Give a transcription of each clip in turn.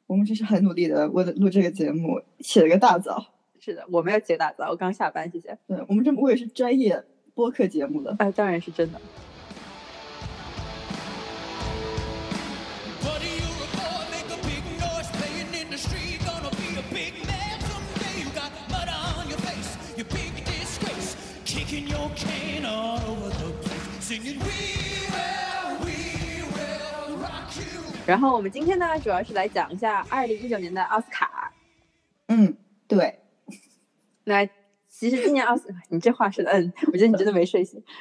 我们真是很努力的为了录这个节目起了个大早。 是的，我没有起大早，我刚下班，谢谢。 对，我们我也是专业播客节目的。 当然是真的。然后我们今天呢，主要是来讲一下2019年的奥斯卡。 对。 那其实今年奥斯卡，你这话说的，我觉得你真的没睡醒。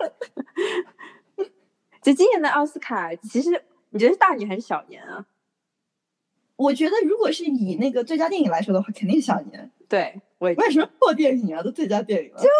就今年的奥斯卡，其实你觉得是大年还是小年啊？ 我觉得如果是以那个最佳电影来说的话，肯定是小年。 对，为什么破电影啊，都最佳电影了。 就是，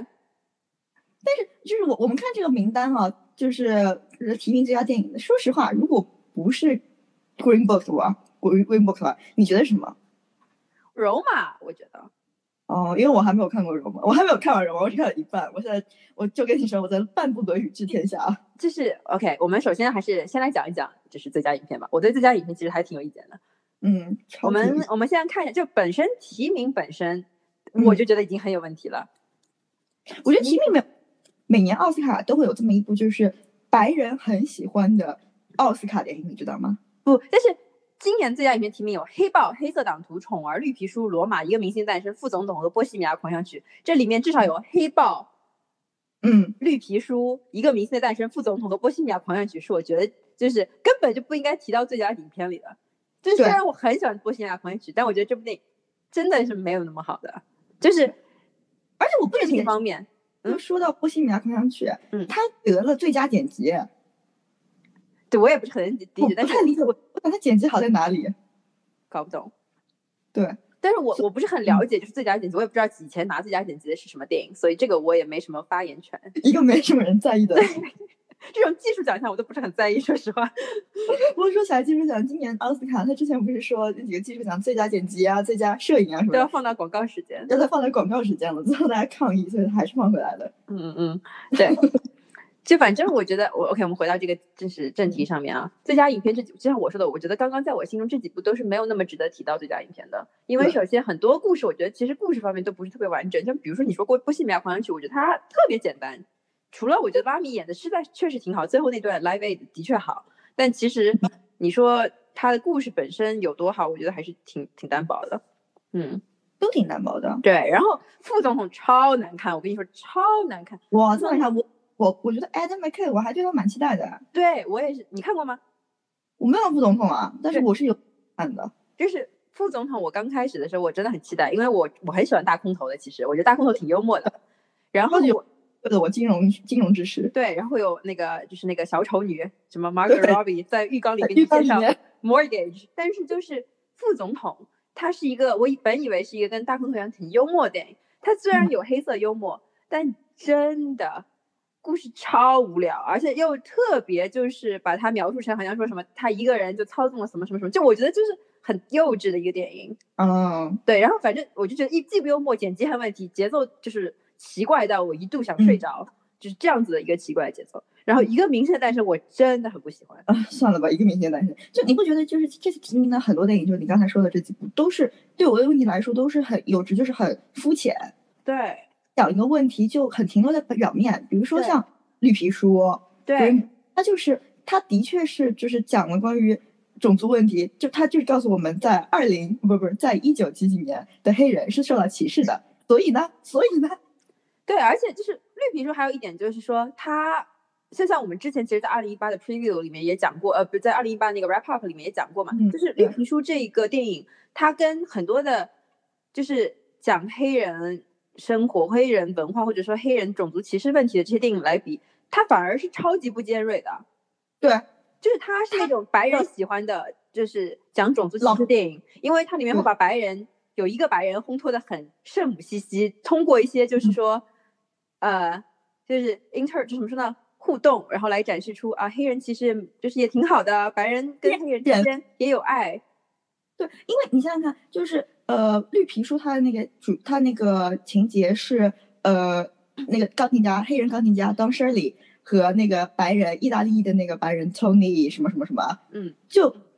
但是就是我们看这个名单啊，就是提名最佳电影的。说实话，如果不是 Green Book 的话 ，Green Book 的话，你觉得什么？ 罗马，我觉得。 哦，因为我还没有看过罗马，我还没有看完罗马，我只看了一半。我就跟你说，我在半部《论语》治天下。 就是 OK， 我们首先还是先来讲一讲，就是最佳影片吧。我对最佳影片其实还挺有意见的。我们现在看一下，就本身提名本身，我就觉得已经很有问题了。 我觉得提名每年奥斯卡都会有这么一部，就是白人很喜欢的奥斯卡电影，你知道吗？ 不，但是今年最佳影片提名有《黑豹》、《黑色党徒》、《宠儿》、《绿皮书》、《罗马》、《一个明星诞生》、《副总统》和《波西米亚狂想曲》。这里面至少有《黑豹》、绿皮书、《一个明星的诞生》、《副总统》和《波西米亚狂想曲》是我觉得就是根本就不应该提到最佳影片里的。就是虽然我很喜欢《波西米亚狂想曲》，但我觉得这部电影真的是没有那么好的。就是， 而且我不剧情方面， 说到《波西米亚狂想曲》，他得了最佳剪辑。 对，我也不是很理解，但是理解我他剪辑好在哪里， 搞不懂。 对， 但是我不是很了解，就是最佳剪辑，我也不知道以前拿最佳剪辑的是什么电影，所以这个我也没什么发言权。 一个没什么人在意的， 这种技术奖项我都不是很在意，说实话。 不过说起来技术奖，今年奥斯卡他之前不是说那几个技术奖，最佳剪辑啊、最佳摄影啊什么的， 都要放到广告时间， 要再放在广告时间了，最后大家抗议，所以他还是放回来了。 对。就反正我觉得OK，我们回到这个正题上面啊。最佳影片就像我说的，我觉得刚刚在我心中这几部都是没有那么值得提到最佳影片的，因为首先很多故事我觉得其实故事方面都不是特别完整，像比如说你说过《波西米亚狂想曲》，我觉得它特别简单，除了我觉得拉米演的确实挺好，最后那段 Live Aid 的确好，但其实你说它的故事本身有多好，我觉得还是挺单薄的。 都挺单薄的。 对，然后副总统超难看，我跟你说超难看。 哇，这么看我觉得 Adam McKay 我还对他蛮期待的。 对，我也是。你看过吗？ 我没有副总统啊，但是我是有看的。 就是副总统，我刚开始的时候我真的很期待，因为我很喜欢大空头的，其实我觉得大空头挺幽默的。然后我金融知识。 对，然后有那个就是那个小丑女什么 Margot Robbie 在浴缸里面介绍 Mortgage， 但是就是副总统他是一个我本以为是一个跟大空头一样挺幽默的电影，他虽然有黑色幽默，但真的故事超无聊，而且又特别就是把它描述成好像说什么他一个人就操纵了什么什么什么，就我觉得就是很幼稚的一个电影。对，然后反正我就觉得既不幽默，剪辑很问题，节奏就是奇怪到我一度想睡着，就是这样子的一个奇怪的节奏。然后一个明星的诞生我真的很不喜欢算了吧，一个明星的诞生，就你不觉得就是这次提名的很多电影，就是你刚才说的这几部都是对我的问题来说都是很幼稚，就是很肤浅。 对， 讲一个问题就很停留在表面，比如说像绿皮书， 对， 他的确是就是讲了关于种族问题，就他就是告诉我们在在19几几年的黑人是受到歧视的，所以呢， 对，而且就是绿皮书还有一点就是说，他就像我们之前其实在2018的 preview 里面也讲过，不是在2018那个 wrap up 里面也讲过嘛，就是绿皮书这个电影，它跟很多的，就是讲黑人生活、黑人文化或者说黑人种族歧视问题的这些电影来比，它反而是超级不尖锐的。 对， 就是它是那种白人喜欢的，就是讲种族歧视电影，因为它里面会把白人有一个白人烘托的很圣母兮兮，通过一些就是说，就是就怎么说呢，互动，然后来展示出黑人其实就是也挺好的，白人跟黑人之间也有爱。 对，因为你想想看，就是绿皮书它的它那个情节是那个黑人钢琴家当 Shirley 和那个白人意大利的那个白人 Tony 什么什么什么，就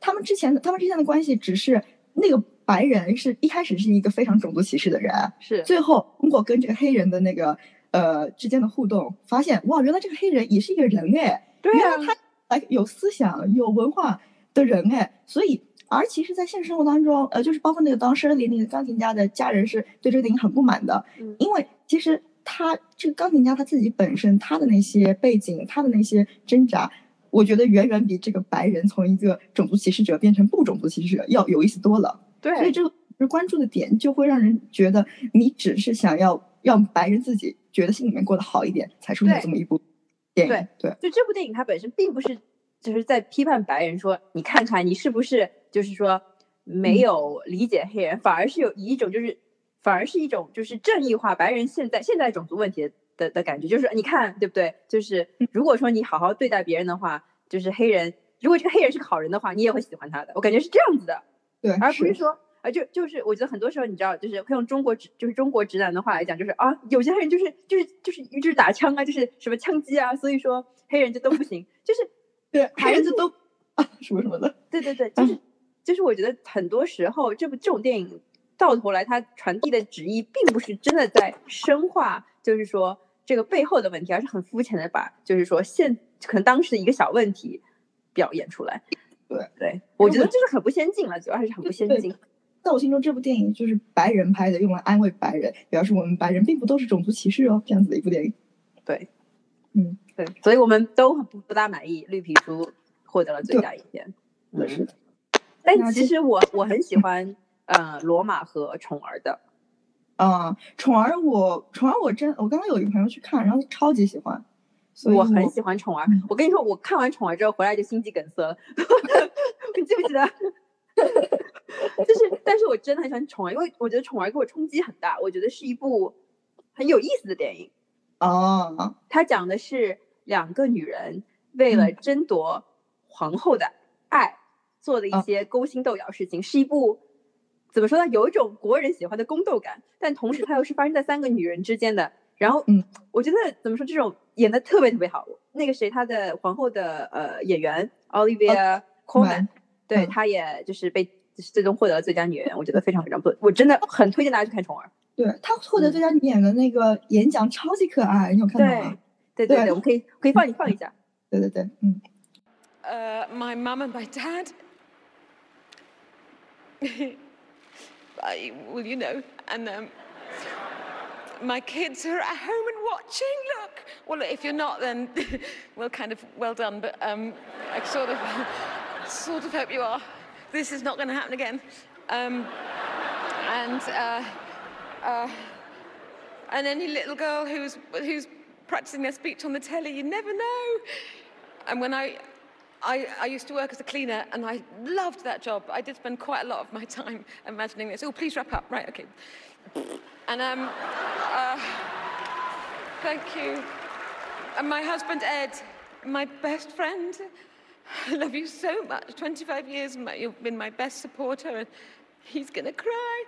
他们之间的关系只是那个白人是一开始是一个非常种族歧视的人， 是最后通过跟这个黑人的那个之间的互动，发现哇，原来这个黑人也是一个人哎， 对啊， 原来他有思想有文化的人哎，所以而其实，在现实生活当中，就是包括那个当时那个钢琴家的家人是对这个电影很不满的，因为其实他这个钢琴家他自己本身他的那些背景，他的那些挣扎，我觉得远远比这个白人从一个种族歧视者变成不种族歧视者要有意思多了。 对， 所以这个关注的点就会让人觉得你只是想要让白人自己觉得心里面过得好一点，才出现这么一部电影。对， 就这部电影它本身并不是就是在批判白人说你看看你是不是就是说没有理解黑人，反而是一种就是正义化白人现在种族问题的感觉，就是你看对不对？就是如果说你好好对待别人的话，就是黑人，如果这个黑人是个好人的话，你也会喜欢他的。我感觉是这样子的， 对， 而不是说就是我觉得很多时候你知道，就是会用中国直男的话来讲，就是啊，有些黑人就是打枪啊，就是什么枪击啊，所以说黑人就都不行，就是对黑人就都啊什么什么的。 对，就是我觉得很多时候这种电影到头来它传递的旨意并不是真的在深化，就是说这个背后的问题，而是很肤浅的把就是说可能当时的一个小问题表演出来。对，我觉得就是很不先进了，主要还是很不先进。 在我心中，这部电影就是白人拍的，用来安慰白人，表示我们白人并不都是种族歧视哦，这样子的一部电影。 对， 对， 所以我们都不大满意绿皮书获得了最佳影片。 是的。 但其实我很喜欢罗马和宠儿的。 宠儿我刚刚有一个朋友去看，然后超级喜欢，所以我很喜欢宠儿。我跟你说，我看完宠儿之后回来就心肌梗塞了，你记不记得？但是我真的很喜欢宠儿，因为我觉得宠儿给我冲击很大，我觉得是一部很有意思的电影。它讲的是2个女人为了争夺皇后的爱做的一些勾心斗角事情，是一部怎么说呢，有一种国人喜欢的宫斗感，但同时它又是发生在3个女人之间的。然后我觉得怎么说，这种演的特别特别好。那个谁，他的皇后的演员 Olivia Colman，对，他也就是被最终获得了最佳女演员，我觉得非常非常不错，我真的很推荐大家去看宠儿。 对，他获得最佳女演员的那个演讲超级可爱，你有看到吗？ 对，我们可以放一下。 对， my mum and my dad. Well, you know, and my kids are at home and watching. Look, well, if you're not, then well, kind of well done. But I sort of hope you are. This is not going to happen again. And any little girl who's practicing their speech on the telly, you never know. And when I used to work as a cleaner, and I loved that job. I did spend quite a lot of my time imagining this. Oh, please wrap up. Right, okay. And thank you. And my husband, Ed, my best friend. I love you so much. 25 years, you've been my best supporter, and he's gonna cry.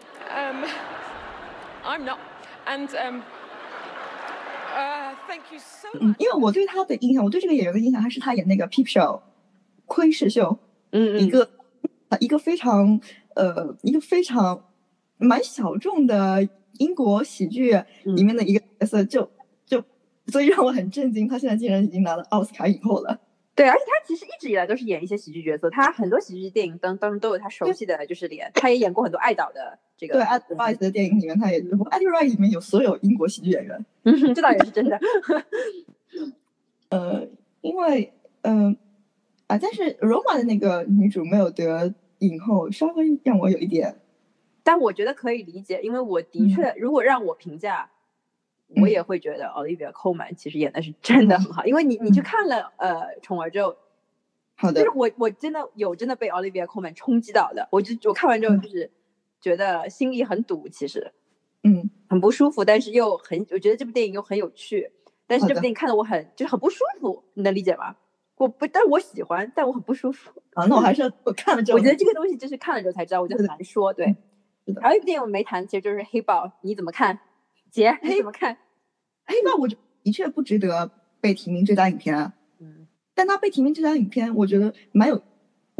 I'm not. And thank you so much. 因为我对他的印象，我对这个演员的印象还是他演那个 Peep Show 窥视秀，一个非常蛮小众的英国喜剧里面的一个角色，所以让我很震惊，他现在竟然已经拿了奥斯卡影后了。 对，而且他其实一直以来都是演一些喜剧角色，他很多喜剧电影当中都有他熟悉的就是脸，他也演过很多爱导的这个。 对 Edward Wright 的电影里面，他也就是 Edward Wright 里面有所有英国喜剧演员。 这倒也是真的。 因为但是罗马的那个女主没有得影后，稍微让我有一点。 但我觉得可以理解，因为我的确，如果让我评价，我也会觉得 Olivia Colman 其实演的是真的很好，因为你去看了宠儿之后， 好的， 就是我真的被 Olivia Colman 冲击到的，我看完之后就是觉得心里很堵，其实很不舒服，但是又我觉得这部电影又很有趣，但是这部电影看得我很不舒服，你能理解吗？但我喜欢，但我很不舒服那我还是我看了之后， 我觉得这个东西就是看了之后才知道，我觉得很难说。对，还有一部电影我没谈，其实就是黑豹，你怎么看？姐，你怎么看？ 黑豹我觉得的确不值得被提名最佳影片啊。但他被提名最佳影片，我觉得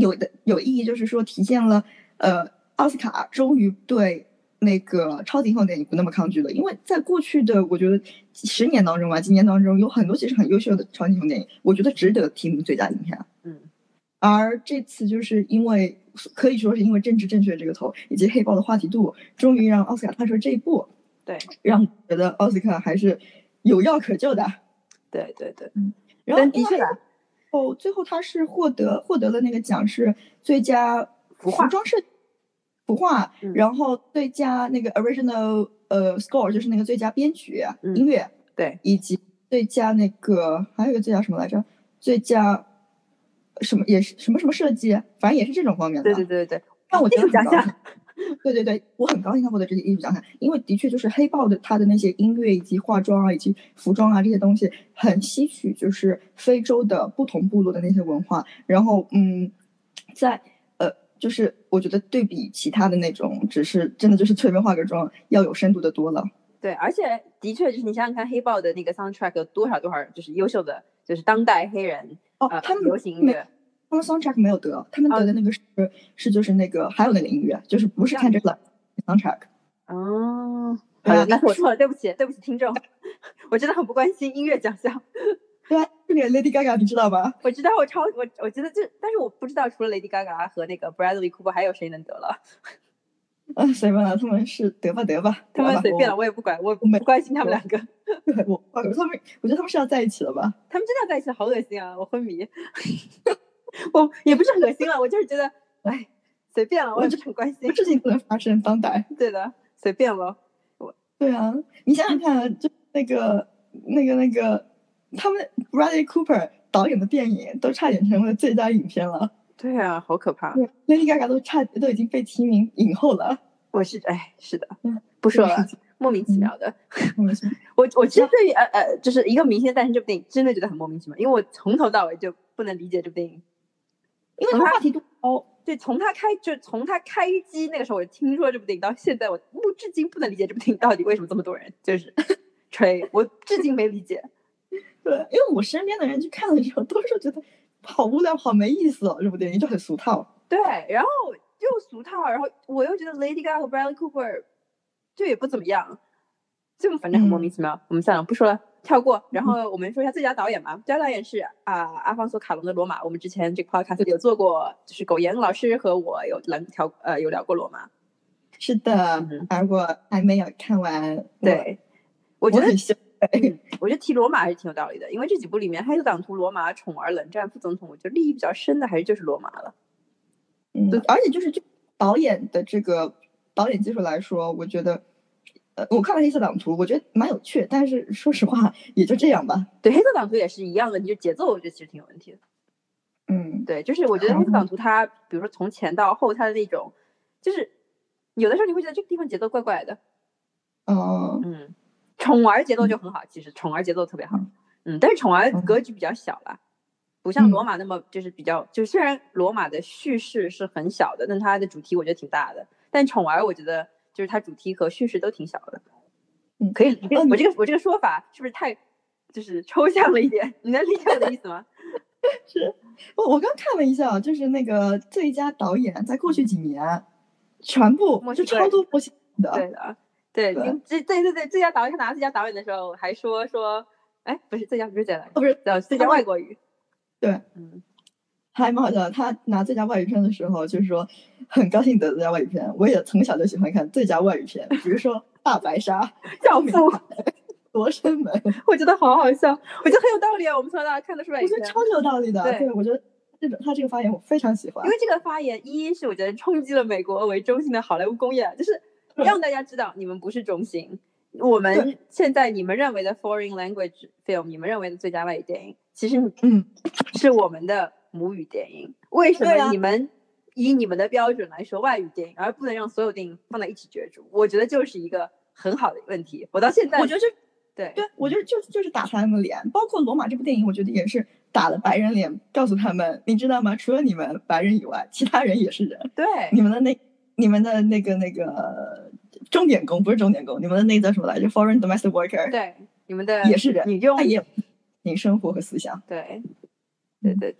有意义，就是说体现了奥斯卡终于对那个超级英雄电影不那么抗拒了，因为在过去的我觉得10年当中吧，几年当中有很多其实很优秀的超级英雄电影，我觉得值得提名最佳影片。而这次就是因为可以说是因为政治正确这个头以及黑豹的话题度，终于让奥斯卡踏出这一步， 对， 让觉得奥斯卡还是有药可救的。 对对对， 然后的确最后他是获得了那个奖是最佳服装设计服化，然后最佳那个 original score 就是那个最佳编曲音乐， 对， 以及最佳那个还有一个最佳什么来着？最佳什么也是什么设计，反正也是这种方面的。 对， 让我觉得很高兴。 对对，我很高兴他获得这些艺术奖项，因为的确就是黑豹的他的那些音乐以及化妆啊以及服装啊这些东西很吸取就是非洲的不同部落的那些文化，然后在就是我觉得对比其他的那种只是真的就是随便化个妆要有深度的多了。 对，而且的确就是你想想看黑豹的那个 soundtrack 有多少就是优秀的就是当代黑人他们流行音乐， 他们 soundtrack 没有得，他们得的那个是就是那个还有那个音乐，就是不是看这个 soundtrack。 好的，那是我错了，对不起听众，我真的很不关心音乐奖项。 对啊，这个 Lady Gaga 你知道吧？ 我知道，我觉得但是我不知道除了 Lady Gaga 和那个 Bradley Cooper 还有谁能得了。 随便了，他们是得吧， 他们随便了，我也不管，我不关心他们两个。 对，我觉得他们是要在一起了吧？ 他们真的要在一起，好恶心啊！我昏迷。我也不是恶心了，我就是觉得，哎，随便了，我也不是很关心。 事情不能发生，当代。 对的，随便了。 对啊，你想想看，就那个，他们 Bradley Cooper 导演的电影都差点成为最佳影片了。 对啊，好可怕。 Lady Gaga 都已经被提名影后了。 是的，不说了，莫名其妙的。我其实对于就是一个明星诞生这部电影真的觉得很莫名其妙，因为我从头到尾就不能理解这部电影， 因为它话题度高。 对，从他开机那个时候我就听说这部电影，到现在我至今不能理解这部电影到底为什么这么多人就是吹，我至今没理解。 对，因为我身边的人去看了之后，都是觉得好无聊，好没意思哦，这部电影就很俗套。 对，然后又俗套，然后我又觉得 Lady Gaga 和 Bradley Cooper 就也不怎么样，就反正很莫名其妙。我们算了，不说了，跳过。然后我们说一下最佳导演吧。最佳导演是阿方索卡隆的《罗马》，我们之前这个 podcast 有做过，就是苟延老师和我有聊过《罗马》。 是的，而我还没有看完。 对，我觉得我觉得提罗马还是挺有道理的，因为这几部里面，黑色党徒、罗马、宠儿、冷战、副总统，我觉得利益比较深的还是就是罗马了。 而且就是导演的这个导演技术来说，我觉得，我看了黑色党徒，我觉得蛮有趣，但是说实话也就这样吧。 对，黑色党徒也是一样的，你就节奏我觉得其实挺有问题的。对，就是我觉得黑色党徒它，比如说从前到后，它的那种，就是有的时候你会觉得这个地方节奏怪怪的。宠儿节奏就很好，其实宠儿节奏特别好。但是宠儿格局比较小啦，不像罗马那么就是比较，就虽然罗马的叙事是很小的，但它的主题我觉得挺大的。但宠儿我觉得就是它主题和叙事都挺小的。可以，我这个说法是不是太就是抽象了一点？你能理解我的意思吗？ 是，我刚看了一下，就是那个最佳导演，在过去几年全部就超多墨西哥的。 对，最佳导演，他拿最佳导演的时候还说，哎，不是最佳，不是最佳， 不是最佳外国语。 对，还蛮好笑的。他拿最佳外语片的时候，就是说很高兴得最佳外语片。我也从小就喜欢看最佳外语片，比如说《大白鲨》《 教父》 《罗生门》， 我觉得好好笑，我觉得很有道理啊。我们从小到大看得出来， 我觉得超级有道理的。对，我觉得他这个发言我非常喜欢， 因为这个发言一是我觉得冲击了美国为中心的好莱坞工业，就是让大家知道你们不是中心。我们现在你们认为的 foreign language film， 你们认为的最佳外语电影，其实是我们的母语电影。为什么你们以你们的标准来说外语电影，而不能让所有电影放在一起角逐？我觉得就是一个很好的问题。我到现在我觉得对，我觉得就是打他们脸。包括罗马这部电影，我觉得也是打了白人脸，告诉他们，你知道吗？除了你们白人以外，其他人也是人。 对， 你们的那个钟点工不是钟点工，你们的那叫什么来着 ？Foreign domestic worker。 对，你们的也是人， 女佣， 他也有生活和思想。 对。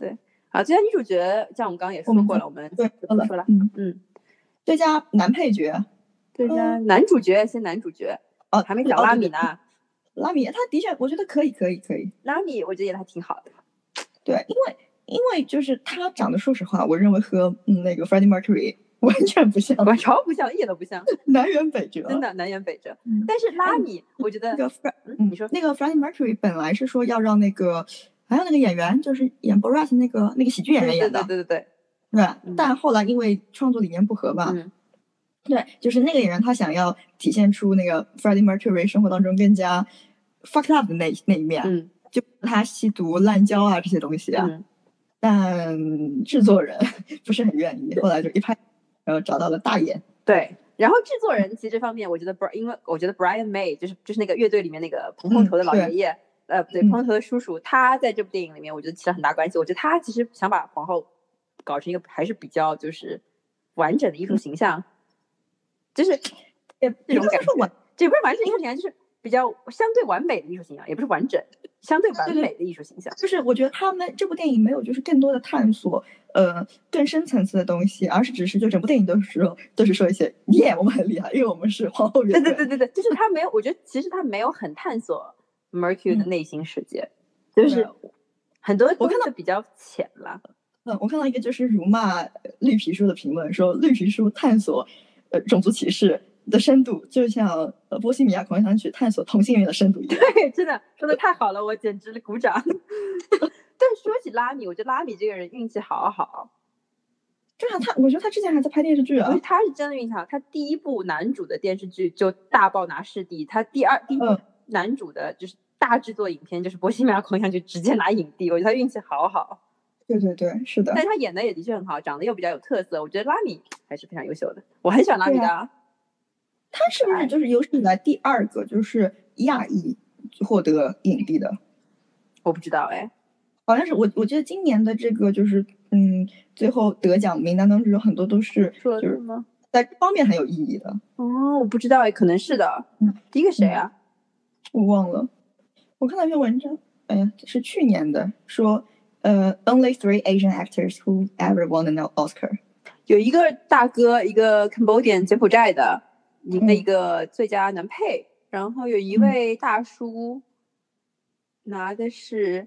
好，最佳女主角像我们刚刚也说过了，我们对不说了。 最佳男配角， 最佳男主角，先男主角哦， 还没讲拉米呢。 拉米他的确，我觉得可以。 拉米我觉得演的还挺好的。 对，因为就是他长得，说实话，我认为和那个 Freddie Mercury 完全不像， 完全不像，一点都不像， 南辕北辙， 真的南辕北辙。但是拉米，我觉得那个你说那个 Freddie Mercury 本来是说要让那个还有那个演员，就是演 Borat 那个喜剧演员演的， 对， 但后来因为创作理念不合吧。对，就是那个演员他想要体现出那个 Freddie Mercury 生活当中更加 fucked up 的那一面，就他吸毒、滥交啊这些东西啊，但制作人不是很愿意，后来就一拍，然后找到了大眼。 对，然后制作人其实这方面，我觉得因为我觉得 Brian May 就是那个乐队里面那个蓬蓬头的老爷爷，对，蓬蓬头的叔叔，他在这部电影里面我觉得起了很大关系。我觉得他其实想把皇后搞成一个还是比较就是完整的艺术形象。就是这种感觉，这不是完整艺术形象，就是比较相对完美的艺术形象，也不是完整，相对完美的艺术形象。 就是我觉得他们这部电影没有就是更多的探索，更深层次的东西，而是只是就整部电影都是说一些耶，我们很厉害，因为我们是皇后乐队。 对，就是他没有，我觉得其实他没有很探索 Mercury 的内心世界，就是很多我看到比较浅了。 我看到一个就是辱骂绿皮书的评论，说绿皮书探索种族歧视的深度，就像波西米亚狂想曲探索同性恋的深度一样。 对，真的说的太好了，我简直鼓掌。但说起拉米，我觉得拉米这个人运气好好。 对啊，我觉得他之前还在拍电视剧啊。 他是真的运气好，他第一部男主的电视剧就大爆拿视帝，他第一部男主的就是大制作影片就是波西米亚狂想曲直接拿影帝，我觉得他运气好好。 对，是的。 但他演的也的确很好，长得又比较有特色，我觉得拉米还是非常优秀的，我很喜欢拉米的。 他是不是就是有史以来第2个就是亚裔获得影帝的？ 我不知道哎， 好像是我记得今年的这个就是最后得奖名单当中有很多都是就是在这方面很有意义的。 哦，我不知道哎，可能是的。第一个谁啊？ 我忘了，我看到一篇文章，哎呀，是去年的，说only 3 Asian actors who ever won an Oscar。 有一个大哥，一个 Cambodian 柬埔寨的，赢了一个最佳男配，然后有一位大叔拿的是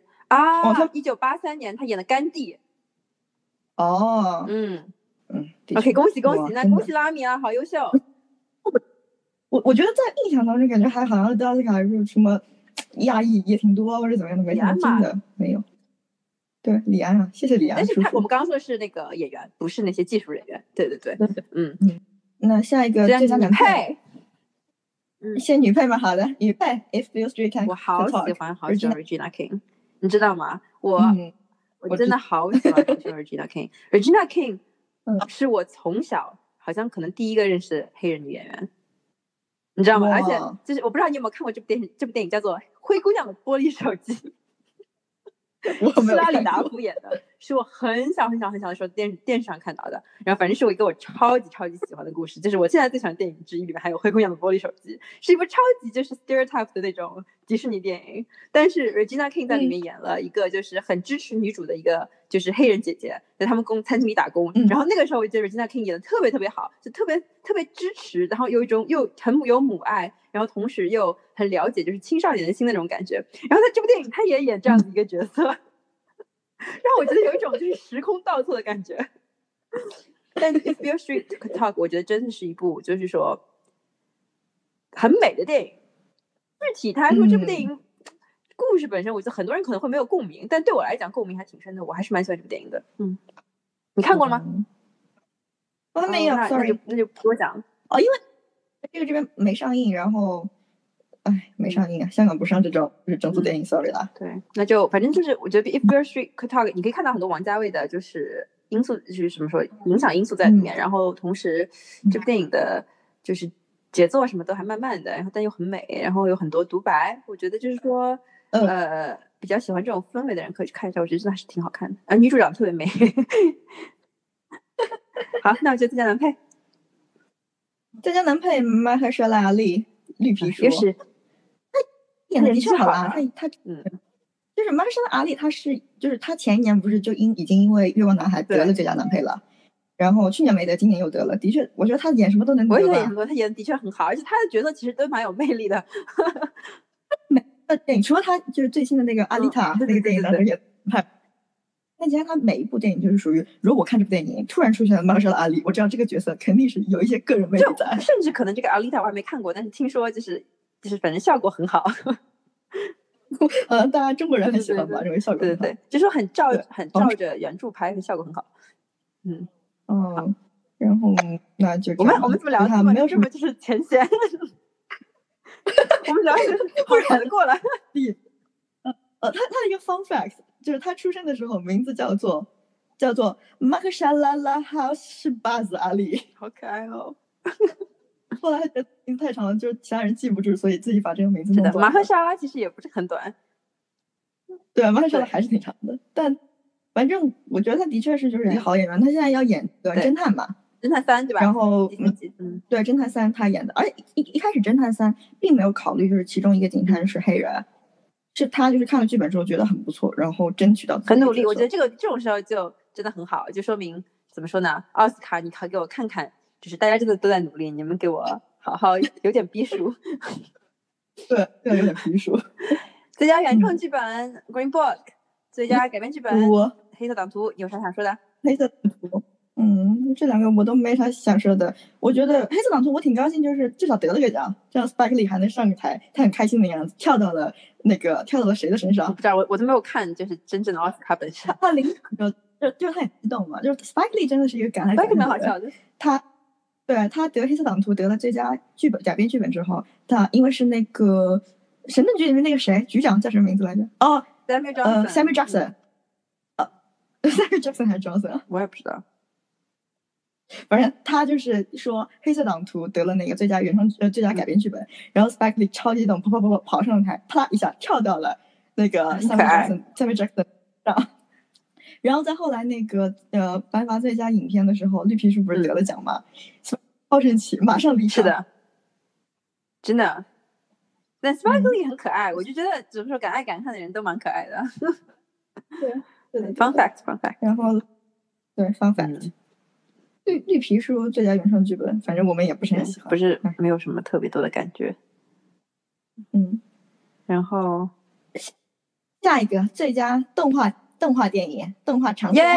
1983年他演的甘地。 哦 ，OK， 恭喜，那恭喜拉米啊，好优秀。 我觉得在印象当中感觉还好像奥斯卡是什么亚裔也挺多或者怎么样的，没什么真的没有。对，李安啊，谢谢李安。 但是我们刚刚说的是那个演员，不是那些技术人员。对， 那下一个最佳男配，先女配嘛，好的，女配 If Beale Street Can。 我好喜欢 Regina King， 你知道吗？我真的好喜欢 Regina King。Regina King 是我从小好像可能第一个认识的黑人女演员，你知道吗？而且就是我不知道你有没有看过这部电影叫做《灰姑娘的玻璃手机》。希拉里达普演的，是我很小的时候电视上看到的，然后反正是我一个我超级喜欢的故事，就是我现在最喜欢的电影之一，里面还有灰姑娘的玻璃手机，是一部超级就是 stereotype 的那种迪士尼电影，但是 Regina King 在里面演了一个就是很支持女主的一个就是黑人姐姐，在他们餐厅里打工，然后那个时候我觉得 Regina King 演的特别好，就特别支持，然后有一种又很有母爱，然后同时又很了解就是青少年的心那种感觉，然后在这部电影他也演这样的一个角色，让我觉得有一种就是时空倒错的感觉。但 If Beale Street Could Talk 我觉得真的是一部就是说很美的电影。具体他说这部电影故事本身我觉得很多人可能会没有共鸣，但对我来讲共鸣还挺深的，我还是蛮喜欢这部电影的。你看过了吗？ 我还没有， 那就不多讲哦，因为这边没上映，然后没上映啊，香港不上这种就是整部电影 sorry 啦。 对，那就反正就是我觉得 If Beale Street Could Talk 你可以看到很多王家卫的就是因素，就是什么说影响因素在里面，然后同时这部电影的就是节奏什么都还慢慢的，然后但又很美，然后有很多独白，我觉得就是说比较喜欢这种氛围的人可以去看一下，我觉得真的还是挺好看的，女主长得特别美。好，那我就最佳男配。最佳男配马赫舍拉阿利绿皮书， 也是他演的的确好啦，他就是马赫沙拉阿里，就是他前一年不是就已经因为《月光男孩》得了最佳男配了，然后去年没得，今年又得了。的确，我觉得他演什么都能得吧。 我也觉得演什么他演的的确很好，而且他的角色其实都蛮有魅力的。 每个电影除了他就是最新的那个阿丽塔那个电影当中也拍，但其实他每一部电影就是属于，如果我看这部电影突然出现了马赫沙拉阿里，我知道这个角色肯定是有一些个人魅力在， 甚至可能这个阿丽塔我还没看过，但是听说就是反正效果很好。 大家中国人很喜欢吧，认为效果很好。 对，就说很照着原著拍，效果很好。 然后那就我们怎么聊他没有什么就是前线。我们聊突然过来。 他的一个 fun fact 就是他出生的时候名字叫做马克沙拉拉哈什巴兹阿里， 好可爱哦。 后来觉得名字太长了，就是其他人记不住，所以自己把这个名字弄短了。 马赫沙拉其实也不是很短， 对，马赫沙拉还是挺长的，但反正我觉得他的确是就是一个好演员。他现在要演个侦探嘛， 侦探3对吧？ 然后对，侦探3他演的，而且一开始侦探3并没有考虑就是其中一个警探是黑人，是他就是看了剧本之后觉得很不错，然后争取到很努力。我觉得这种时候就真的很好，就说明怎么说呢？奥斯卡，你考给我看看，就是大家真的都在努力，你们给我好好有点逼数。 对，有点逼数。 最佳原创剧本Green Book， 最佳改编剧本黑色党徒，有啥想说的？ 黑色党徒，这两个我都没啥想说的。我觉得黑色党徒我挺高兴，就是至少得了个奖，这样 Spike Lee 还能上个台，他很开心的样子，跳到了谁的身上？ 我不知道，我都没有看，就是真正的奥斯卡本身。 他临就是他很激动嘛，就是 Spike Lee 真的是一个敢爱敢恨的人。 Spike 蛮好笑的。 他得黑色党徒得了最佳改编剧本之后，他因为是那个神盾局里面那个谁局长叫什么名字来着 ？Samuel Jackson。Samuel Jackson 还是 Johnson？ 我也不知道。 反正他就是说黑色党徒得了那个最佳最佳改编剧本，然后 Spike Lee 超激动，跑上台，啪啦一下跳到了那个 Samuel Jackson 上。然后在后来那个颁发最佳影片的时候，绿皮书不是得了奖吗？超生气，马上离场。 是的，真的。但 Spike Lee 很可爱，我就觉得怎么说，敢爱敢恨的人都蛮可爱的。 对 ，Fun fact。 然后对 Fun fact，绿皮书最佳原创剧本，反正我们也不是很喜欢， 不是没有什么特别多的感觉。然后下一个最佳动画电影动画长片，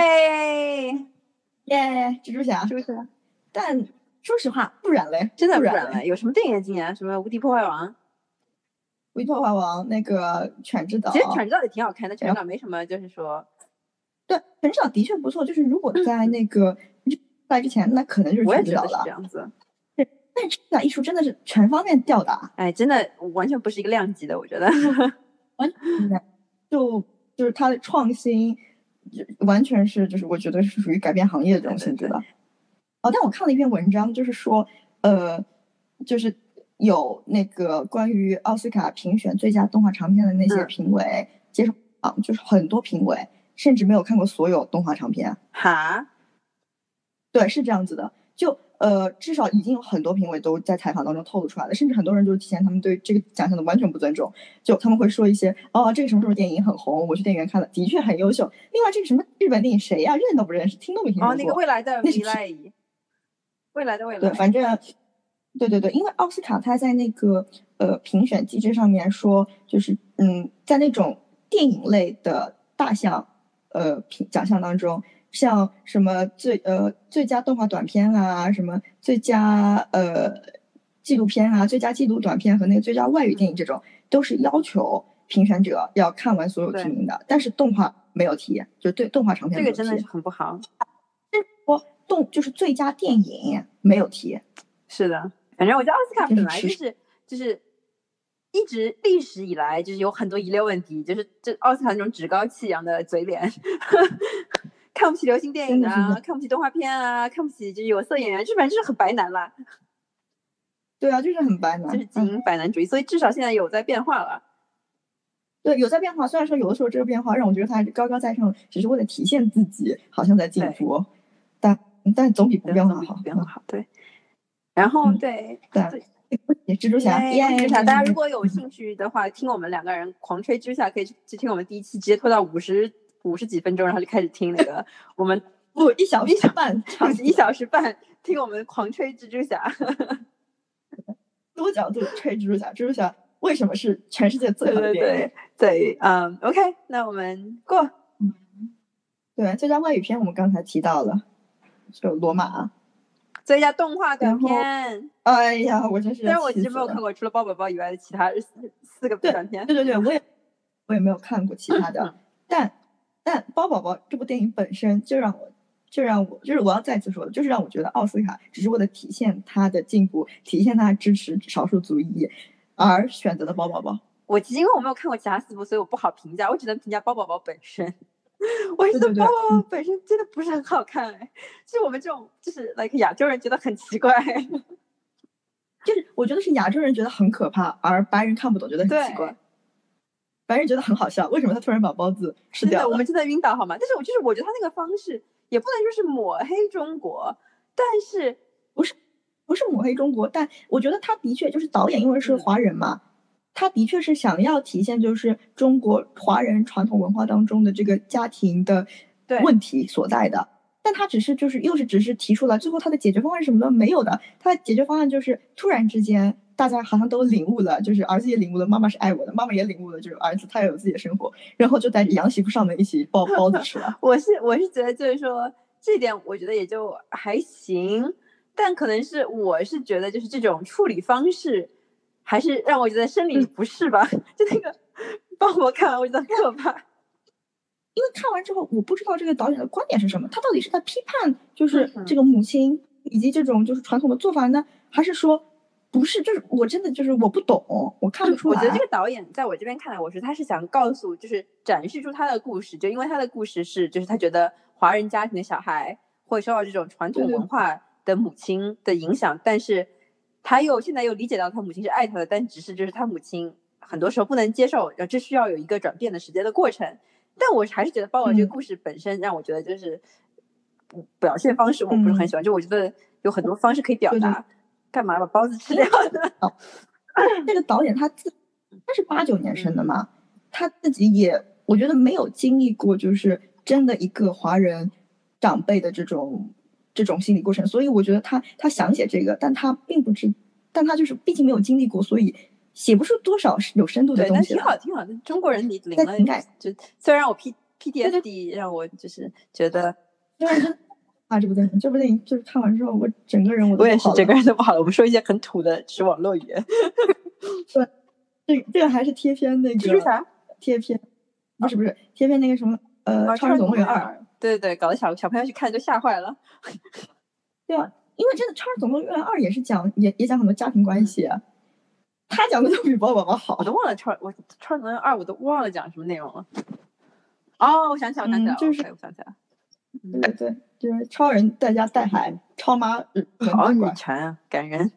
耶！蜘蛛侠。但说实话不然嘞， 真的不然嘞。有什么电影今年？什么无敌破坏王？ 无敌破坏王那个犬之岛， 其实犬之岛也挺好看的，犬之岛没什么就是说， 对，犬之岛的确不错，就是如果在那个在之前，那可能就是犬之岛了。 这样子。 对，但是犬之岛艺术真的是全方面吊打， 哎，真的完全不是一个量级的，我觉得。 完全就是它的创新，完全是就是我觉得是属于改变行业的这种性质的。但我看了一篇文章，就是说就是有那个关于奥斯卡评选最佳动画长片的那些评委接受就是很多评委甚至没有看过所有动画长片。 哈？ 对，是这样子的。就至少已经有很多评委都在采访当中透露出来了，甚至很多人就是体现他们对这个奖项的完全不尊重，就他们会说一些这个什么什么电影很红，我去电影院看了，的确很优秀。另外这个什么日本电影谁呀，认都不认识，听都没听说过。 那个未来的未来， 对，反正对，因为奥斯卡他在那个评选机制上面说，就是在那种电影类的大项奖项当中，像什么最佳动画短片啊，什么最佳纪录片啊，最佳纪录短片和那个最佳外语电影这种，都是要求评选者要看完所有提名的，但是动画没有提，就对动画长片没有提， 这个真的是很不好。 就是最佳电影没有提。 是的，反正我觉得奥斯卡本来就是一直历史以来就是有很多遗留问题，就是这奥斯卡那种趾高气扬的嘴脸，看不起流行电影啊，看不起动画片啊，看不起就是有色演员，这反正就是很白男啦。 对啊，就是很白男， 就是精英白男主义，所以至少现在有在变化了。 对，有在变化。虽然说有的时候这个变化让我觉得他高高在上，只是为了体现自己，好像在进步，但总比不变化好。 变化好，对。然后对， 蜘蛛侠， 大家如果有兴趣的话，听我们2个人狂吹蜘蛛侠，可以去听我们第1期，直接拖到50几分钟，然后就开始听那个我们 1小时半 ，1小时半听我们狂吹蜘蛛侠， 多角度吹蜘蛛侠，蜘蛛侠为什么是全世界最好的电影？ 对，OK， 那我们过。 对，最佳外语片我们刚才提到了，就罗马。 最佳动画短片， 哎呀，我真是！ 虽然我其实没有看过除了包宝宝以外的其他4个短片。 对，我也没有看过其他的，但包宝宝这部电影本身就让我，就是我要再次说，就是让我觉得奥斯卡只是为了体现他的进步，体现他支持少数族裔而选择的包宝宝。 我其实因为我没有看过其他4部，所以我不好评价，我只能评价包宝宝本身。我觉得包宝宝本身真的不是很好看，是我们这种就是亚洲人觉得很奇怪， 就是我觉得是亚洲人觉得很可怕，而白人看不懂觉得很奇怪。白人觉得很好笑，为什么他突然把包子吃掉了？ 我们真的晕倒好吗？但是我觉得他那个方式也不能说是抹黑中国，但是不是抹黑中国，但我觉得他的确就是导演因为是华人嘛。他的确是想要体现就是中国华人传统文化当中的这个家庭的问题所在的，但他只是提出了，最后他的解决方案是什么都没有的。他的解决方案就是突然之间大家好像都领悟了，就是儿子也领悟了妈妈是爱我的，妈妈也领悟了就是儿子他也有自己的生活，然后就带着洋媳妇上门一起包子吃了。 我是觉得就是说这点我觉得也就还行，但可能是我是觉得就是这种处理方式还是让我觉得生理不适吧，就那个帮我看完我觉得很可怕。 因为看完之后我不知道这个导演的观点是什么，他到底是在批判就是这个母亲以及这种就是传统的做法呢，还是说不是，就是我真的就是我不懂，我看不出来。 我觉得这个导演在我这边看来，我说他是想告诉就是展示出他的故事，就因为他的故事是就是他觉得华人家庭的小孩会受到这种传统文化的母亲的影响，但是他现在又理解到他母亲是爱他的，但只是就是他母亲很多时候不能接受，这需要有一个转变的时间的过程。但我还是觉得包括这个故事本身让我觉得就是表现方式我不是很喜欢，就我觉得有很多方式可以表达，干嘛把包子吃掉呢？ 这个导演他是89年生的嘛，他自己也我觉得没有经历过就是真的一个华人长辈的这种心理过程，所以我觉得他想写这个，但他就是毕竟没有经历过，所以写不出多少有深度的东西。 挺好的，中国人你领了就虽然我 PTSD 让我就是觉得虽然真啊这部电影就是看完之后我整个人我也是整个人都不好了，我们说一些很土的是网络语言。 对，这个还是贴片那个蜘蛛侠贴片不是贴片那个什么超人总动员2， 对，搞得小朋友去看就吓坏了。 对啊，因为真的超人总动员2也是讲也讲很多家庭关系，他讲的都比包宝宝好。 我都忘了超人总动员2我都忘了讲什么内容了。哦，我想起来了， 就是我想起来了。 对，就是超人在家带孩，超妈好女权啊，感人。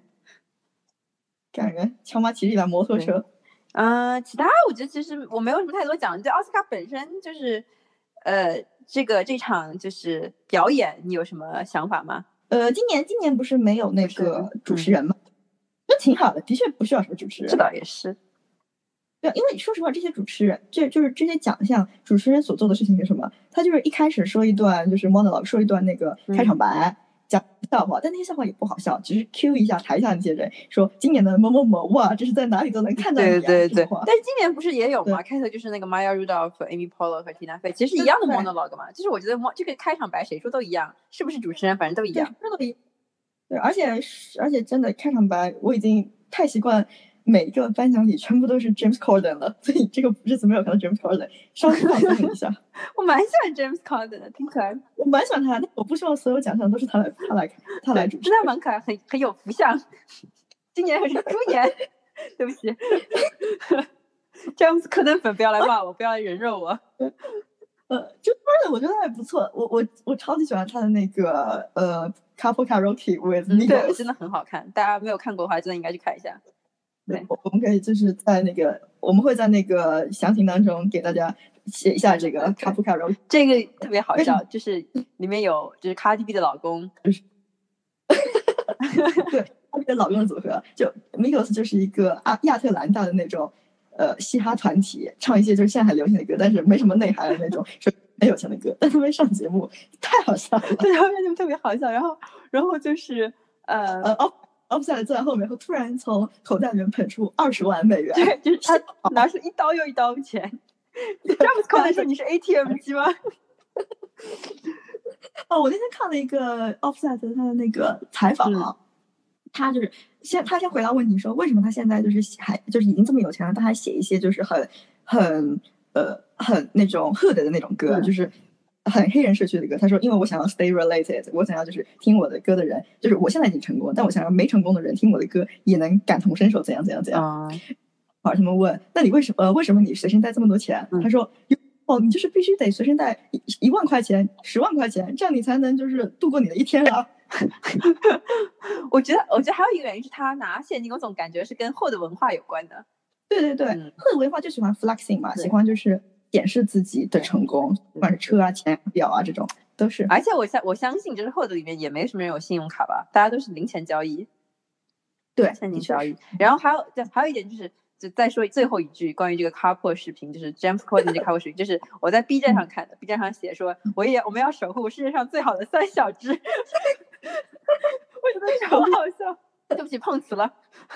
超妈骑着一辆摩托车。 其他我觉得其实我没有什么太多讲，就奥斯卡本身就是这场就是表演，你有什么想法吗？ 今年不是没有那个主持人吗？就挺好的，的确不需要什么主持人。 这倒也是。 对，因为说实话，这些主持人，就是这些奖项主持人所做的事情是什么？他就是一开始说一段就是 monologue， 说一段那个开场白，讲笑话，但那些笑话也不好笑，只是 cue 一下台下那些人，说今年的某某某哇，这是在哪里都能看到你。 对。但是今年不是也有吗？开头就是那个 Maya Rudolph、Amy Poehler 和 Tina Fey， 其实一样的 monologue 嘛。就是我觉得这个开场白谁说都一样，是不是主持人反正都一样。 对，而且真的开场白我已经太习惯。每一个颁奖礼全部都是 James Corden 了，所以这个日子没有看到 James Corden， 稍微放松一下。 我蛮喜欢 James Corden 的，挺可爱的。 我蛮喜欢他，但我不希望所有奖项都是他来主持。 真的蛮可爱，很有福相。今年还是猪年，对不起。James Corden 粉不要来骂我，不要来人肉我。 就 Corden 我觉得还不错，我超级喜欢他的那个Couple Karaoke with Migos， 对，真的很好看，大家没有看过的话，真的应该去看一下。 对，我们可以就是在我们会在那个详情当中给大家写一下这个 Couple Karaoke， 这个特别好笑，就是里面有就是 Cardi B 的老公， 对，他这个老公的组合，就 Migos 就是一个亚特兰大的那种嘻哈团体，唱一些就是现在很流行的歌，但是没什么内涵的那种很有钱的歌。但他们上节目太好笑了， 对，他们节目特别好笑。然后就是 Offset 坐在后面，会突然从口袋里面喷出20万美元， 对，就是他拿出一刀又一刀钱。詹姆斯寇德说：“你是 ATM 机吗？” 我那天看了一个 Offset 他的那个采访啊，他就是他先回答问题说，为什么他现在就是已经这么有钱了，他还写一些就是很那种 hood 的那种歌，就是很黑人社区的歌。他说，因为我想要 stay related， 我想要就是听我的歌的人，就是我现在已经成功，但我想要没成功的人听我的歌也能感同身受，怎样。他们问，那你为什么你随身带这么多钱？他说，你就是必须得随身带1万块钱、10万块钱，这样你才能就是度过你的一天啊。 我觉得还有一个原因是他拿现金，我总感觉是跟后的文化有关的。 对，后的文化就喜欢 flexing 嘛，喜欢就是显示自己的成功，不管是车啊、钱、表啊这种都是。 而且我相信，就是后的里面也没什么人有信用卡吧，大家都是零钱交易。 对， 现金交易。然后还有一点就再说最后一句关于这个 carpool 视频，就是 James Corden 这 carpool 视频，就是我在 B 站上看的，B 站上写说我们要守护世界上最好的3小只，我觉得超好笑。对不起，碰瓷了。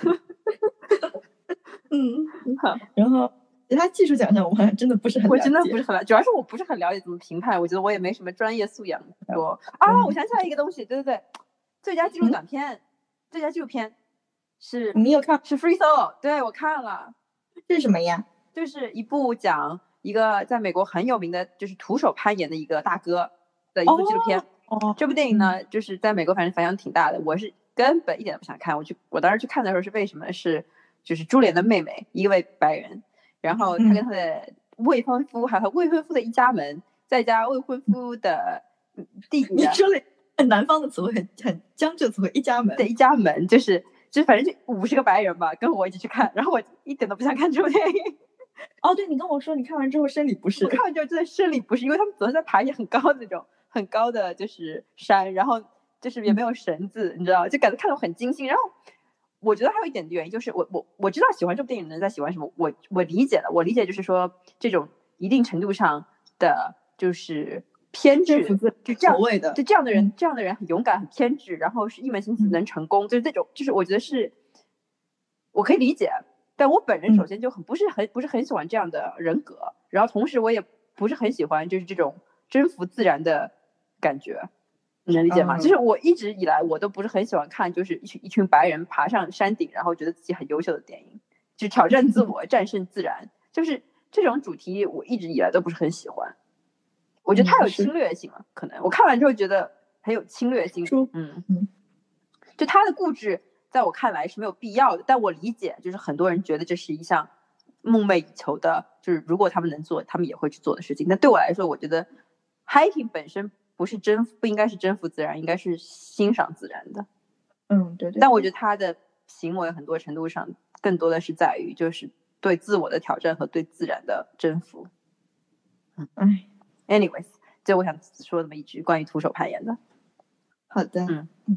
好。然后其他技术奖项我好像真的不是很了解， 我真的不是很了解，主要是我不是很了解怎么评判，我觉得我也没什么专业素养说我想起来一个东西，对，最佳纪录短片，最佳纪录片。 你有看？ 是 Free Solo， 对，我看了。 这是什么呀？ 就是一部讲一个在美国很有名的就是徒手攀岩的一个大哥的一部纪录片。这部电影呢，就是在美国反正反响挺大的，我是根本一点都不想看。我当时去看的时候是为什么？是就是朱莲的妹妹，一位白人，然后他跟他的未婚夫还有未婚夫的一家门，再加未婚夫的弟弟。 你说了很南方的词汇，很江浙词汇，一家门。 对，一家门就是反正就50个白人吧，跟我一起去看，然后我一点都不想看这部电影。 对，你跟我说你看完之后生理不适。 我看完之后真的生理不适，因为他们总是在爬一些很高的那种很高的就是山，然后就是也没有绳子，你知道，就感觉看得很惊心。然后我觉得还有一点的原因就是我知道喜欢这部电影的人在喜欢什么，我理解了，我理解就是说这种一定程度上的就是偏执，就这样的，就这样的人很勇敢很偏执，然后是一门心思能成功，就是这种，就是我觉得是我可以理解，但我本人首先就不是很喜欢这样的人格，然后同时我也不是很喜欢就是这种征服自然的感觉，你能理解吗？就是我一直以来我都不是很喜欢看就是一群白人爬上山顶然后觉得自己很优秀的电影，就挑战自我战胜自然，就是这种主题我一直以来都不是很喜欢。我觉得太有侵略性了，可能我看完之后觉得很有侵略性。就他的固执在我看来是没有必要的，但我理解就是很多人觉得这是一项梦寐以求的，就是如果他们能做他们也会去做的事情。但对我来说我觉得 hiking 本身不应该是征服自然，应该是欣赏自然的。 对。 但我觉得他的行为很多程度上更多的是在于就是对自我的挑战和对自然的征服。anyways， 这我想说这么一句关于徒手攀岩的。 好的。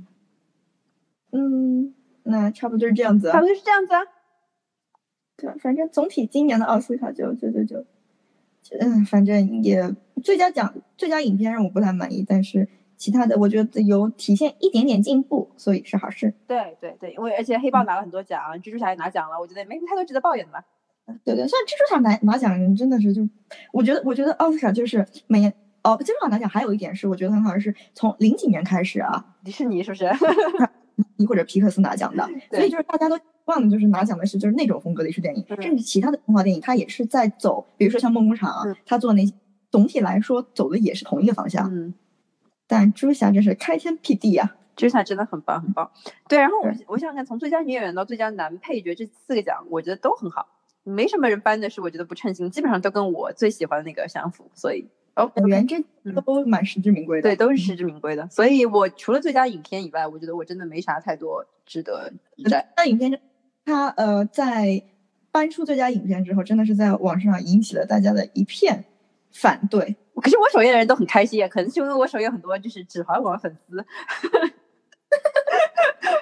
那差不多就是这样子。 差不多是这样子啊。 对，反正总体今年的奥斯卡就反正也最佳影片让我不太满意，但是其他的我觉得有体现一点点进步，所以是好事。 对，因为而且黑豹拿了很多奖，蜘蛛侠也拿奖了，我觉得没太多值得抱怨的吧。 对，虽然蜘蛛侠拿奖真的是我觉得奥斯卡就是每年蜘蛛侠拿奖还有一点是我觉得很好的是从00几年开始啊， 迪士尼是不是或者皮克斯拿奖的，所以就是大家都忘的就是拿奖的是就是那种风格的艺术电影，甚至其他的动画电影它也是在走，比如说像梦工厂它做那些总体来说走的也是同一个方向。但蜘蛛侠真是开天辟地啊， 蜘蛛侠真的很棒很棒。对，然后我想想看，从最佳女演员到最佳男配角这4个奖我觉得都很好，没什么人颁的是我觉得不称心，基本上都跟我最喜欢的那个相符，所以演员这都蛮实至名归的。 对，都是实至名归的。所以我除了最佳影片以外，我觉得我真的没啥太多值得一战。 最佳影片他在颁出最佳影片之后，真的是在网上引起了大家的一片反对。 可是我首页的人都很开心，可能是因为我首页很多就是指环王粉丝。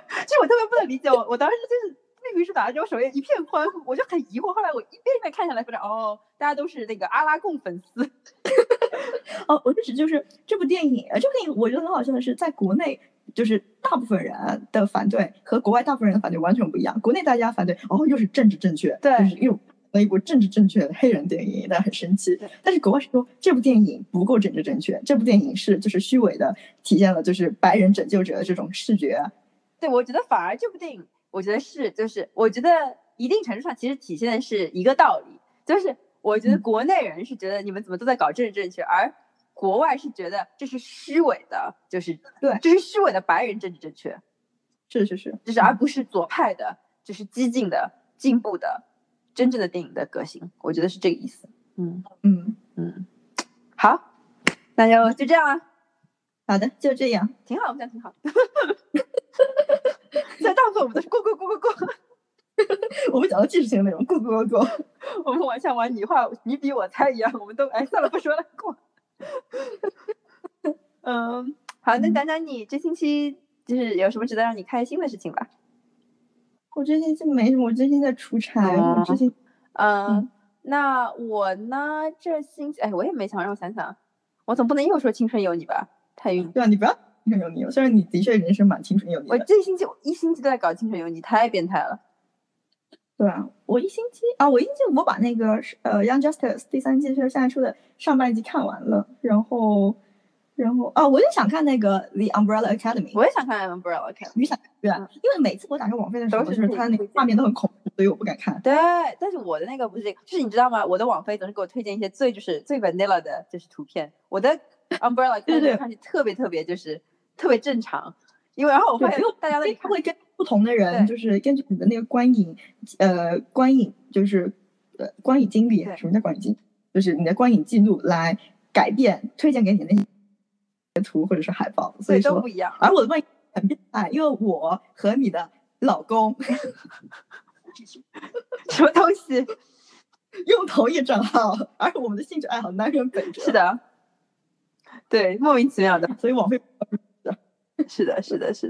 我特别不能理解，我当时就是绿皮书打了之后，首页一片欢呼，我就很疑惑。后来我一遍一遍看下来，发现大家都是那个阿拉贡粉丝。 我就指就是这部电影，我觉得很好笑的是，在国内就是大部分人的反对和国外大部分人的反对完全不一样。国内大家反对又是政治正确， 对， 就是又一部政治正确的黑人电影，大家很生气。但是国外是说这部电影不够政治正确，这部电影是就是虚伪的体现了就是白人拯救者的这种视觉。 对，我觉得反而这部电影，我觉得我觉得一定程度上其实体现的是一个道理，就是我觉得国内人是觉得你们怎么都在搞政治正确，而国外是觉得这是虚伪的，就是对， 这是虚伪的白人政治正确， 是， 就是而不是左派的，就是激进的、进步的、真正的电影的革新，我觉得是这个意思。好，那就这样啊。 好的，就这样， 挺好，我们讲挺好。在大部分我们都是过。 我们讲到技术性的内容，过。 我们像玩你比我猜一样，我们都算了不说了，过。好，那讲讲你这星期就是有什么值得让你开心的事情吧。 我这星期没什么，我最近在出差。 那我呢这星期我也没想，让我想想，我总不能又说青春有你吧，太晕。 对啊，你不要青春有你，虽然你的确人生蛮青春有你的。 我这一星期都在搞青春有你，太变态了。 对啊，我一星期我把那个Young Justice 第3季就是现在出的上半季看完了，然后我也想看那个 The Umbrella Academy， 我也想看 Umbrella Academy， 对啊，因为每次我打开网飞的时候，就是它那个画面都很恐怖，所以我不敢看。 对，但是我的那个不是这个，就是你知道吗？我的网飞总是给我推荐一些最 vanilla 的就是图片，我的 Umbrella Academy 看起特别就是特别正常，因为然后我发现大家他会跟不同的人，就是根据你的那个观影就是观影经历，什么叫观影经历？就是你的观影记录来改变推荐给你的那些图或者是海报，所以说都不一样。 而我的观影很变态，因为我和你的老公什么东西用同一账号，而我们的兴趣爱好南辕北辙。 是的，对，莫名其妙的， 所以网飞是的。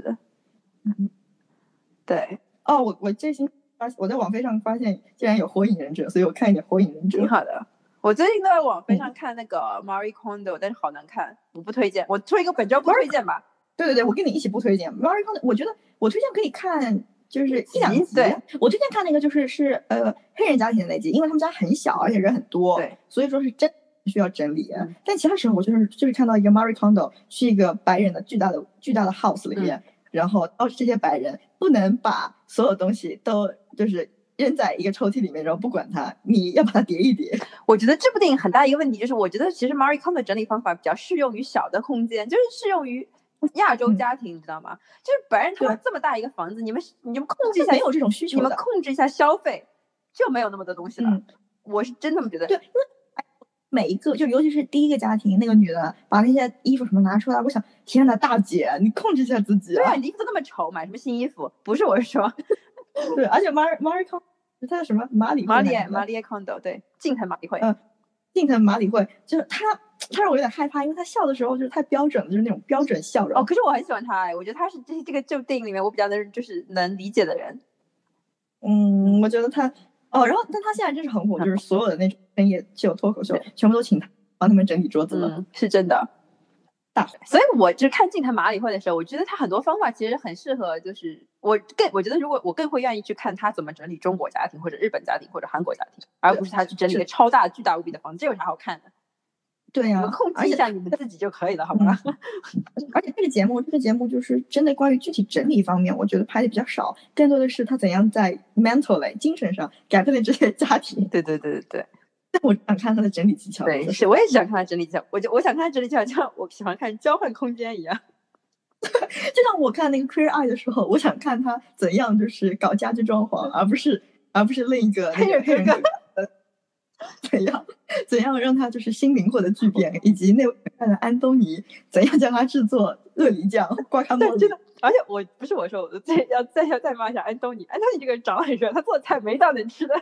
对。 我这星期我在网飞上发现竟然有火影忍者，所以我看一点火影忍者。 挺好的。我最近都在网飞上看那个 Marie Kondo，但是好难看，我不推荐。我做一个本周不推荐吧。 对，我跟你一起不推荐 Marie Kondo。我觉得我推荐可以看就是1-2集。 对， 我推荐看那个就是黑人家庭的那集，因为他们家很小而且人很多， 对， 所以说是真需要整理。但其他时候我就是看到一个 Marie Kondo 去一个白人的巨大的 house 里面，然后这些白人不能把所有东西都就是扔在一个抽屉里面，然后不管它，你要把它叠一叠。 我觉得这部电影很大一个问题就是，我觉得其实 Marie Kondo 整理方法比较适用于小的空间，就是适用于亚洲家庭，你知道吗？就是白人他们这么大一个房子，你们控制一下， 没有这种需求的， 你们控制一下消费，就没有那么多东西了。我是真这么觉得。 对，因为每一个就尤其是第一个家庭，那个女的把那些衣服什么拿出来，我想天哪，大姐你控制一下自己对啊，你衣服都那么丑，买什么新衣服？不是我是说。 对，而且 Marie Kondo 她叫什么马里 Kondo， 对，近藤麻里惠。 近藤麻里惠就是她让我有点害怕，因为她笑的时候就是太标准了，就是那种标准笑容。 可是我很喜欢她，我觉得她是这个电影里面我比较能理解的人。 我觉得她然后但她现在真是很火，就是所有的那种深夜秀脱口秀全部都请她帮他们整理桌子了。 是真的。所以我就看近藤麻里惠的时候，我觉得他很多方法其实很适合，就是我觉得如果我更会愿意去看他怎么整理中国家庭或者日本家庭或者韩国家庭，而不是他去整理一个超大巨大无比的房子，这有啥好看的？ 对呀， 你们控制一下你们自己就可以了，好吗？ 而且这个节目就是真的关于具体整理方面，我觉得拍的比较少，更多的是他怎样在 mentally 精神上改变了这些家庭。 对。 我想看他的整理技巧。 对，是，我也想看他整理技巧。我想看他整理技巧，就像我喜欢看交换空间一样。 就像我看那个 Queer Eye 的时候，我想看他怎样就是搞家居装潢，而不是另一个黑人哥哥怎样让他就是心灵获得巨变，以及那位可爱的安东尼怎样将他制作鳄梨酱瓜卡莫里。 真的，而且我不是我说，我再骂一下安东尼这个人长得很帅，他做的菜没到能吃的。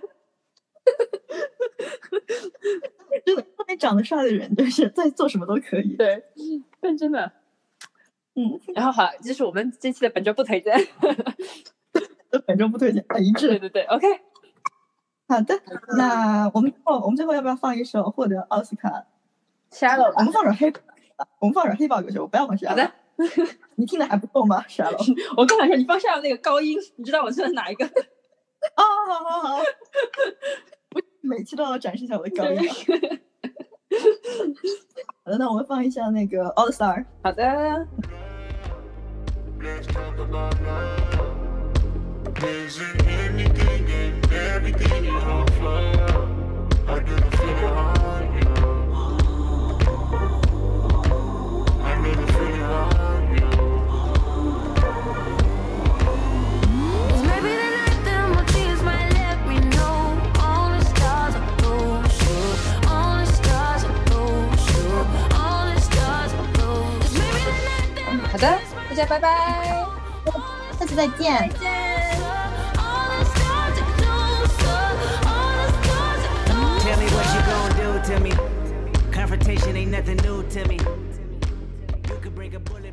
真的，特别长得帅的人就是在做什么都可以。 对，但真的然后好，这是我们这期的本周不推荐。 本周不推荐，很一致。 对 OK。 好的，那我们最后要不要放一首获得奥斯卡 Shallow？ 我们放首黑豹歌曲，我不要放 Shallow。好的。你听的还不够吗 Shallow？ 我刚才说你放 Shallow 那个高音，你知道我说的哪一个？ 好，每期都要展示一下我的高音。好的，那我们放一下那个 All Star。 好的。 Is it anything and everything you offer? I didn't feel it on you. I didn't feel it on you. Maybe the night that my tears might let me know. All the stars are close, all the stars are close, all the stars are close. Maybe the night that 好的，大家拜拜， 下次再见。 Tell me what you gon' do to me. Confrontation ain't nothing new to me. You could bring a bullet.